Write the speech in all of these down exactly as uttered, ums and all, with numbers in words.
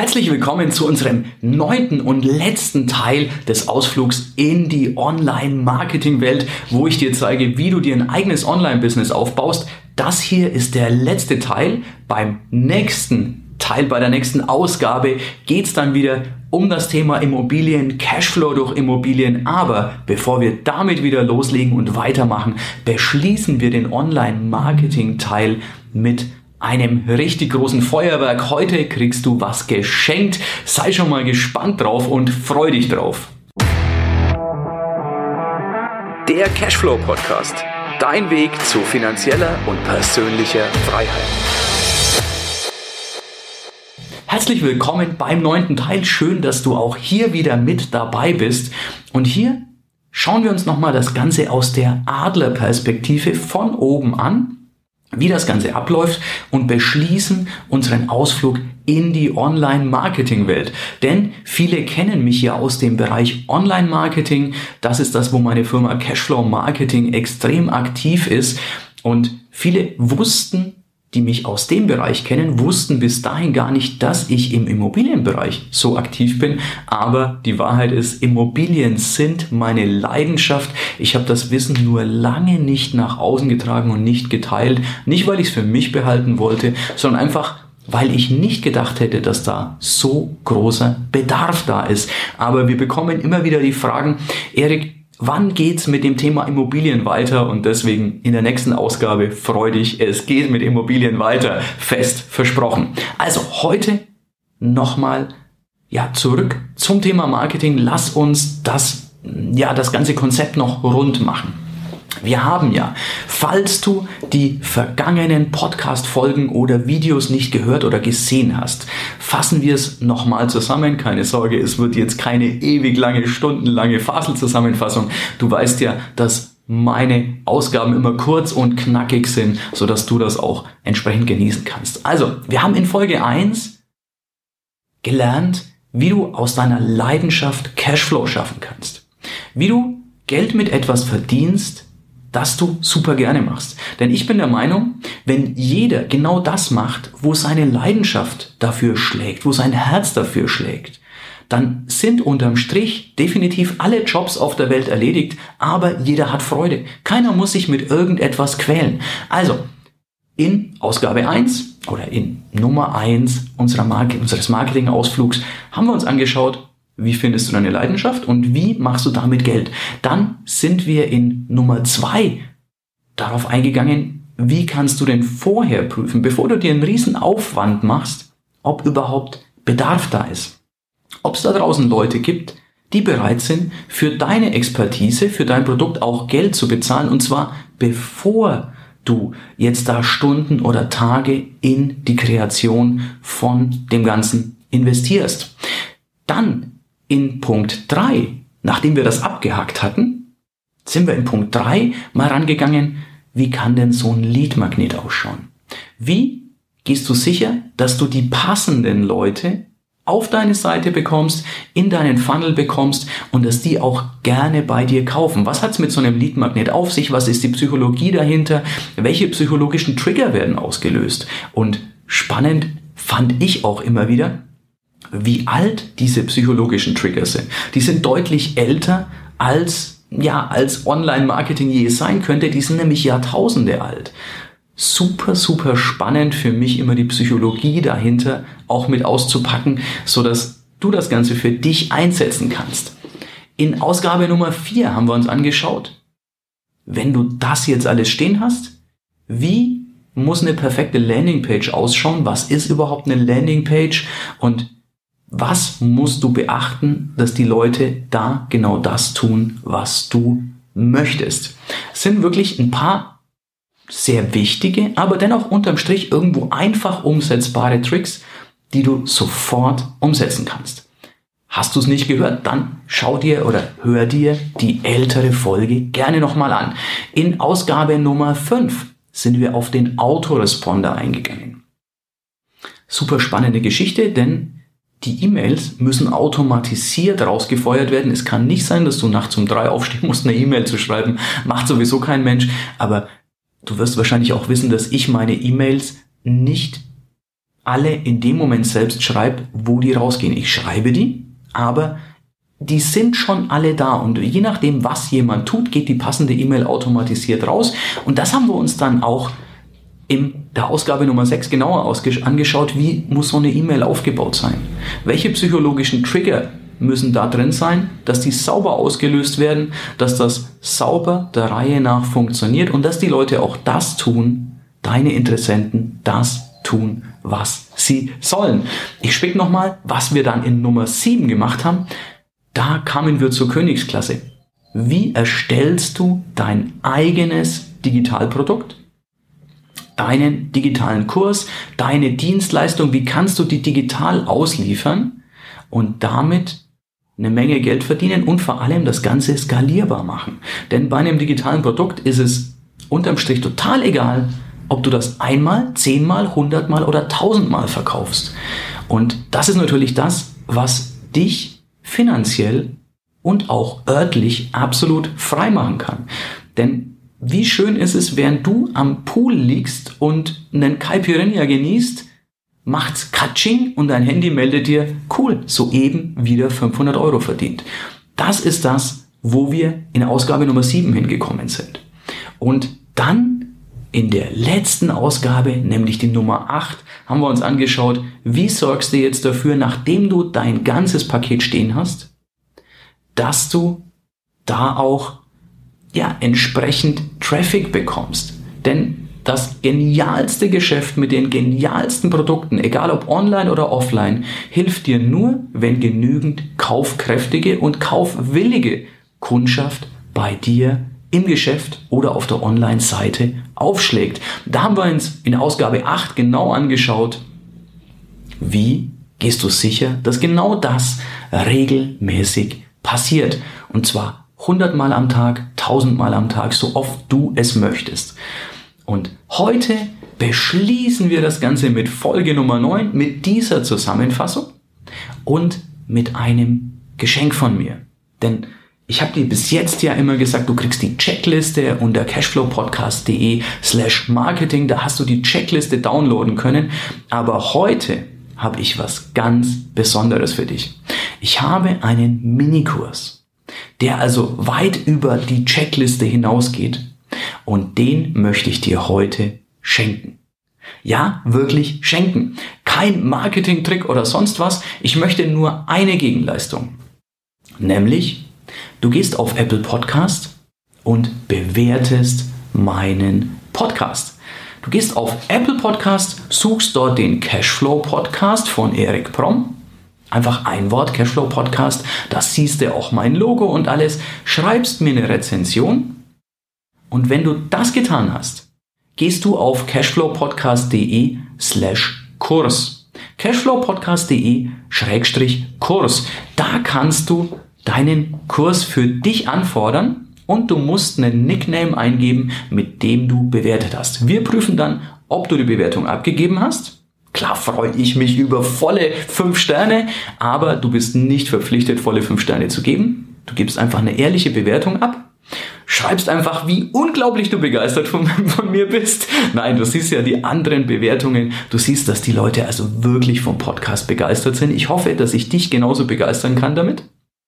Herzlich willkommen zu unserem neunten und letzten Teil des Ausflugs in die Online-Marketing-Welt, wo ich dir zeige, wie du dir ein eigenes Online-Business aufbaust. Das hier ist der letzte Teil. Beim nächsten Teil, bei der nächsten Ausgabe geht es dann wieder um das Thema Immobilien, Cashflow durch Immobilien. Aber bevor wir damit wieder loslegen und weitermachen, beschließen wir den Online-Marketing-Teil mit einem richtig großen Feuerwerk. Heute kriegst du was geschenkt. Sei schon mal gespannt drauf und freu dich drauf. Der Cashflow Podcast. Dein Weg zu finanzieller und persönlicher Freiheit. Herzlich willkommen beim neunten Teil. Schön, dass du auch hier wieder mit dabei bist. Und hier schauen wir uns nochmal das Ganze aus der Adlerperspektive von oben an, wie das Ganze abläuft, und beschließen unseren Ausflug in die Online-Marketing-Welt. Denn viele kennen mich ja aus dem Bereich Online-Marketing. Das ist das, wo meine Firma Cashflow Marketing extrem aktiv ist. Und viele wussten, die mich aus dem Bereich kennen, wussten bis dahin gar nicht, dass ich im Immobilienbereich so aktiv bin. Aber die Wahrheit ist, Immobilien sind meine Leidenschaft. Ich habe das Wissen nur lange nicht nach außen getragen und nicht geteilt. Nicht, weil ich es für mich behalten wollte, sondern einfach, weil ich nicht gedacht hätte, dass da so großer Bedarf da ist. Aber wir bekommen immer wieder die Fragen, Erik, wann geht's mit dem Thema Immobilien weiter? Und deswegen in der nächsten Ausgabe freu dich, es geht mit Immobilien weiter, fest versprochen. Also heute nochmal ja, zurück zum Thema Marketing. Lass uns das, ja, das ganze Konzept noch rund machen. Wir haben ja, falls du die vergangenen Podcast-Folgen oder Videos nicht gehört oder gesehen hast, fassen wir es nochmal zusammen. Keine Sorge, es wird jetzt keine ewig lange, stundenlange Faselzusammenfassung. Du weißt ja, dass meine Ausgaben immer kurz und knackig sind, sodass du das auch entsprechend genießen kannst. Also, wir haben in Folge eins gelernt, wie du aus deiner Leidenschaft Cashflow schaffen kannst. Wie du Geld mit etwas verdienst, das du super gerne machst. Denn ich bin der Meinung, wenn jeder genau das macht, wo seine Leidenschaft dafür schlägt, wo sein Herz dafür schlägt, dann sind unterm Strich definitiv alle Jobs auf der Welt erledigt, aber jeder hat Freude. Keiner muss sich mit irgendetwas quälen. Also, in Ausgabe eins oder in Nummer eins unserer Marke, unseres Marketing-Ausflugs haben wir uns angeschaut, wie findest du deine Leidenschaft und wie machst du damit Geld? Dann sind wir in Nummer zwei darauf eingegangen, wie kannst du denn vorher prüfen, bevor du dir einen riesen Aufwand machst, ob überhaupt Bedarf da ist. Ob es da draußen Leute gibt, die bereit sind, für deine Expertise, für dein Produkt auch Geld zu bezahlen, und zwar bevor du jetzt da Stunden oder Tage in die Kreation von dem Ganzen investierst. Dann in Punkt drei, nachdem wir das abgehakt hatten, sind wir in Punkt drei mal rangegangen, wie kann denn so ein Lead-Magnet ausschauen? Wie gehst du sicher, dass du die passenden Leute auf deine Seite bekommst, in deinen Funnel bekommst und dass die auch gerne bei dir kaufen? Was hat es mit so einem Lead-Magnet auf sich? Was ist die Psychologie dahinter? Welche psychologischen Trigger werden ausgelöst? Und spannend fand ich auch immer wieder, wie alt diese psychologischen Trigger sind. Die sind deutlich älter als, ja, als Online-Marketing je sein könnte. Die sind nämlich Jahrtausende alt. Super, super spannend für mich immer die Psychologie dahinter auch mit auszupacken, sodass du das Ganze für dich einsetzen kannst. In Ausgabe Nummer vier haben wir uns angeschaut, wenn du das jetzt alles stehen hast, wie muss eine perfekte Landingpage ausschauen? Was ist überhaupt eine Landingpage? Und was musst du beachten, dass die Leute da genau das tun, was du möchtest? Es sind wirklich ein paar sehr wichtige, aber dennoch unterm Strich irgendwo einfach umsetzbare Tricks, die du sofort umsetzen kannst. Hast du es nicht gehört? Dann schau dir oder hör dir die ältere Folge gerne nochmal an. In Ausgabe Nummer fünf sind wir auf den Autoresponder eingegangen. Super spannende Geschichte, denn die E-Mails müssen automatisiert rausgefeuert werden. Es kann nicht sein, dass du nachts um drei aufstehen musst, eine E-Mail zu schreiben. Macht sowieso kein Mensch. Aber du wirst wahrscheinlich auch wissen, dass ich meine E-Mails nicht alle in dem Moment selbst schreibe, wo die rausgehen. Ich schreibe die, aber die sind schon alle da und je nachdem, was jemand tut, geht die passende E-Mail automatisiert raus. Und das haben wir uns dann auch in der Ausgabe Nummer sechs genauer ausgesch- angeschaut, wie muss so eine E-Mail aufgebaut sein. Welche psychologischen Trigger müssen da drin sein, dass die sauber ausgelöst werden, dass das sauber der Reihe nach funktioniert und dass die Leute auch das tun, deine Interessenten, das tun, was sie sollen. Ich spick nochmal, was wir dann in Nummer sieben gemacht haben. Da kamen wir zur Königsklasse. Wie erstellst du dein eigenes Digitalprodukt? Deinen digitalen Kurs, deine Dienstleistung, wie kannst du die digital ausliefern und damit eine Menge Geld verdienen und vor allem das Ganze skalierbar machen? Denn bei einem digitalen Produkt ist es unterm Strich total egal, ob du das einmal, zehnmal, hundertmal oder tausendmal verkaufst. Und das ist natürlich das, was dich finanziell und auch örtlich absolut frei machen kann. Denn wie schön ist es, während du am Pool liegst und einen Caipirinha genießt, macht's Katsching und dein Handy meldet dir, cool, soeben wieder fünfhundert Euro verdient. Das ist das, wo wir in Ausgabe Nummer sieben hingekommen sind. Und dann in der letzten Ausgabe, nämlich die Nummer acht, haben wir uns angeschaut, wie sorgst du jetzt dafür, nachdem du dein ganzes Paket stehen hast, dass du da auch ja, entsprechend Traffic bekommst. Denn das genialste Geschäft mit den genialsten Produkten, egal ob online oder offline, hilft dir nur, wenn genügend kaufkräftige und kaufwillige Kundschaft bei dir im Geschäft oder auf der Online-Seite aufschlägt. Da haben wir uns in Ausgabe acht genau angeschaut, wie gehst du sicher, dass genau das regelmäßig passiert. Und zwar hundert Mal am Tag, tausend Mal am Tag, so oft du es möchtest. Und heute beschließen wir das Ganze mit Folge Nummer neun, mit dieser Zusammenfassung und mit einem Geschenk von mir. Denn ich habe dir bis jetzt ja immer gesagt, du kriegst die Checkliste unter cashflowpodcast.de slash marketing. Da hast du die Checkliste downloaden können. Aber heute habe ich was ganz Besonderes für dich. Ich habe einen Minikurs, der also weit über die Checkliste hinausgeht. Und den möchte ich dir heute schenken. Ja, wirklich schenken. Kein Marketing-Trick oder sonst was. Ich möchte nur eine Gegenleistung. Nämlich, du gehst auf Apple Podcast und bewertest meinen Podcast. Du gehst auf Apple Podcast, suchst dort den Cashflow Podcast von Erik Promm. Einfach ein Wort, Cashflow Podcast. Da siehst du auch mein Logo und alles. Schreibst mir eine Rezension. Und wenn du das getan hast, gehst du auf cashflowpodcast.de slash Kurs. cashflowpodcast.de schrägstrich Kurs. Da kannst du deinen Kurs für dich anfordern und du musst einen Nickname eingeben, mit dem du bewertet hast. Wir prüfen dann, ob du die Bewertung abgegeben hast. Klar freue ich mich über volle fünf Sterne, aber du bist nicht verpflichtet, volle fünf Sterne zu geben. Du gibst einfach eine ehrliche Bewertung ab. Schreibst einfach, wie unglaublich du begeistert von, von mir bist. Nein, du siehst ja die anderen Bewertungen. Du siehst, dass die Leute also wirklich vom Podcast begeistert sind. Ich hoffe, dass ich dich genauso begeistern kann damit.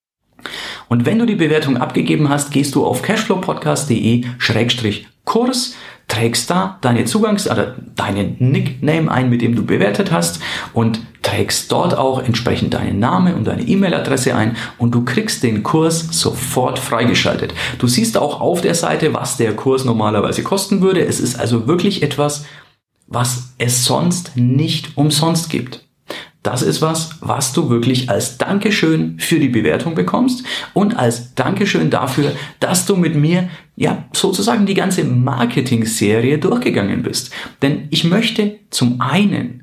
Und wenn du die Bewertung abgegeben hast, gehst du auf cashflowpodcast.de schrägstrich Kurs, trägst da deine Zugangs- oder deinen Nickname ein, mit dem du bewertet hast und trägst dort auch entsprechend deinen Namen und deine E-Mail-Adresse ein und du kriegst den Kurs sofort freigeschaltet. Du siehst auch auf der Seite, was der Kurs normalerweise kosten würde. Es ist also wirklich etwas, was es sonst nicht umsonst gibt. Das ist was, was du wirklich als Dankeschön für die Bewertung bekommst und als Dankeschön dafür, dass du mit mir ja sozusagen die ganze Marketing-Serie durchgegangen bist. Denn ich möchte zum einen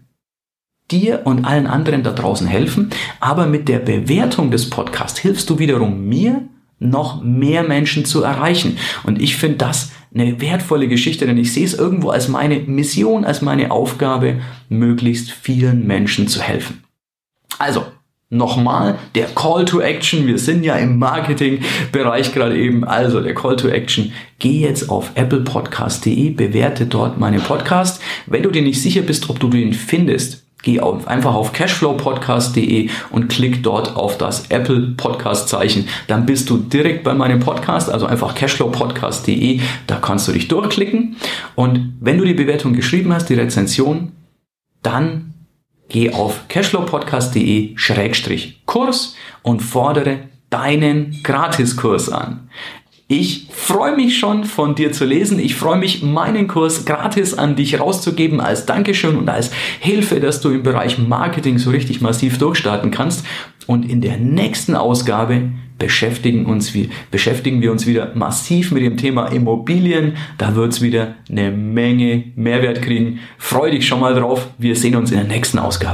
dir und allen anderen da draußen helfen, aber mit der Bewertung des Podcasts hilfst du wiederum mir, noch mehr Menschen zu erreichen. Und ich finde das eine wertvolle Geschichte, denn ich sehe es irgendwo als meine Mission, als meine Aufgabe, möglichst vielen Menschen zu helfen. Also, nochmal, der Call to Action, wir sind ja im Marketing-Bereich gerade eben, also der Call to Action, geh jetzt auf applepodcast.de, bewerte dort meinen Podcast. Wenn du dir nicht sicher bist, ob du den findest, Geh auf, einfach auf cashflow podcast punkt de und klick dort auf das Apple Podcast Zeichen. Dann bist du direkt bei meinem Podcast, also einfach cashflow podcast punkt de. Da kannst du dich durchklicken. Und wenn du die Bewertung geschrieben hast, die Rezension, dann geh auf cashflow podcast punkt de Schrägstrich Kurs und fordere deinen Gratiskurs an. Ich freue mich schon, von dir zu lesen. Ich freue mich, meinen Kurs gratis an dich rauszugeben als Dankeschön und als Hilfe, dass du im Bereich Marketing so richtig massiv durchstarten kannst. Und in der nächsten Ausgabe beschäftigen, uns, beschäftigen wir uns wieder massiv mit dem Thema Immobilien. Da wird es wieder eine Menge Mehrwert kriegen. Freu dich schon mal drauf. Wir sehen uns in der nächsten Ausgabe.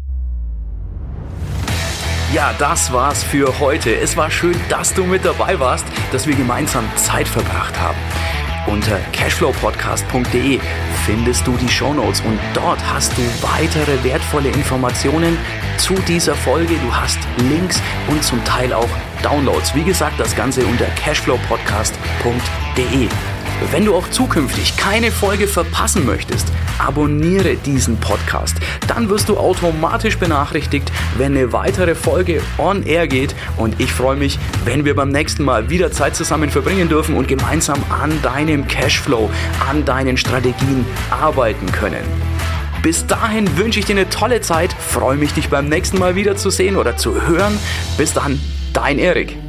Ja, das war's für heute. Es war schön, dass du mit dabei warst, dass wir gemeinsam Zeit verbracht haben. Unter cashflow podcast punkt de findest du die Shownotes und dort hast du weitere wertvolle Informationen zu dieser Folge. Du hast Links und zum Teil auch Downloads. Wie gesagt, das Ganze unter cashflow podcast punkt de. Wenn du auch zukünftig keine Folge verpassen möchtest, abonniere diesen Podcast. Dann wirst du automatisch benachrichtigt, wenn eine weitere Folge on air geht. Und ich freue mich, wenn wir beim nächsten Mal wieder Zeit zusammen verbringen dürfen und gemeinsam an deinem Cashflow, an deinen Strategien arbeiten können. Bis dahin wünsche ich dir eine tolle Zeit, freue mich, dich beim nächsten Mal wieder zu sehen oder zu hören. Bis dann, dein Erik.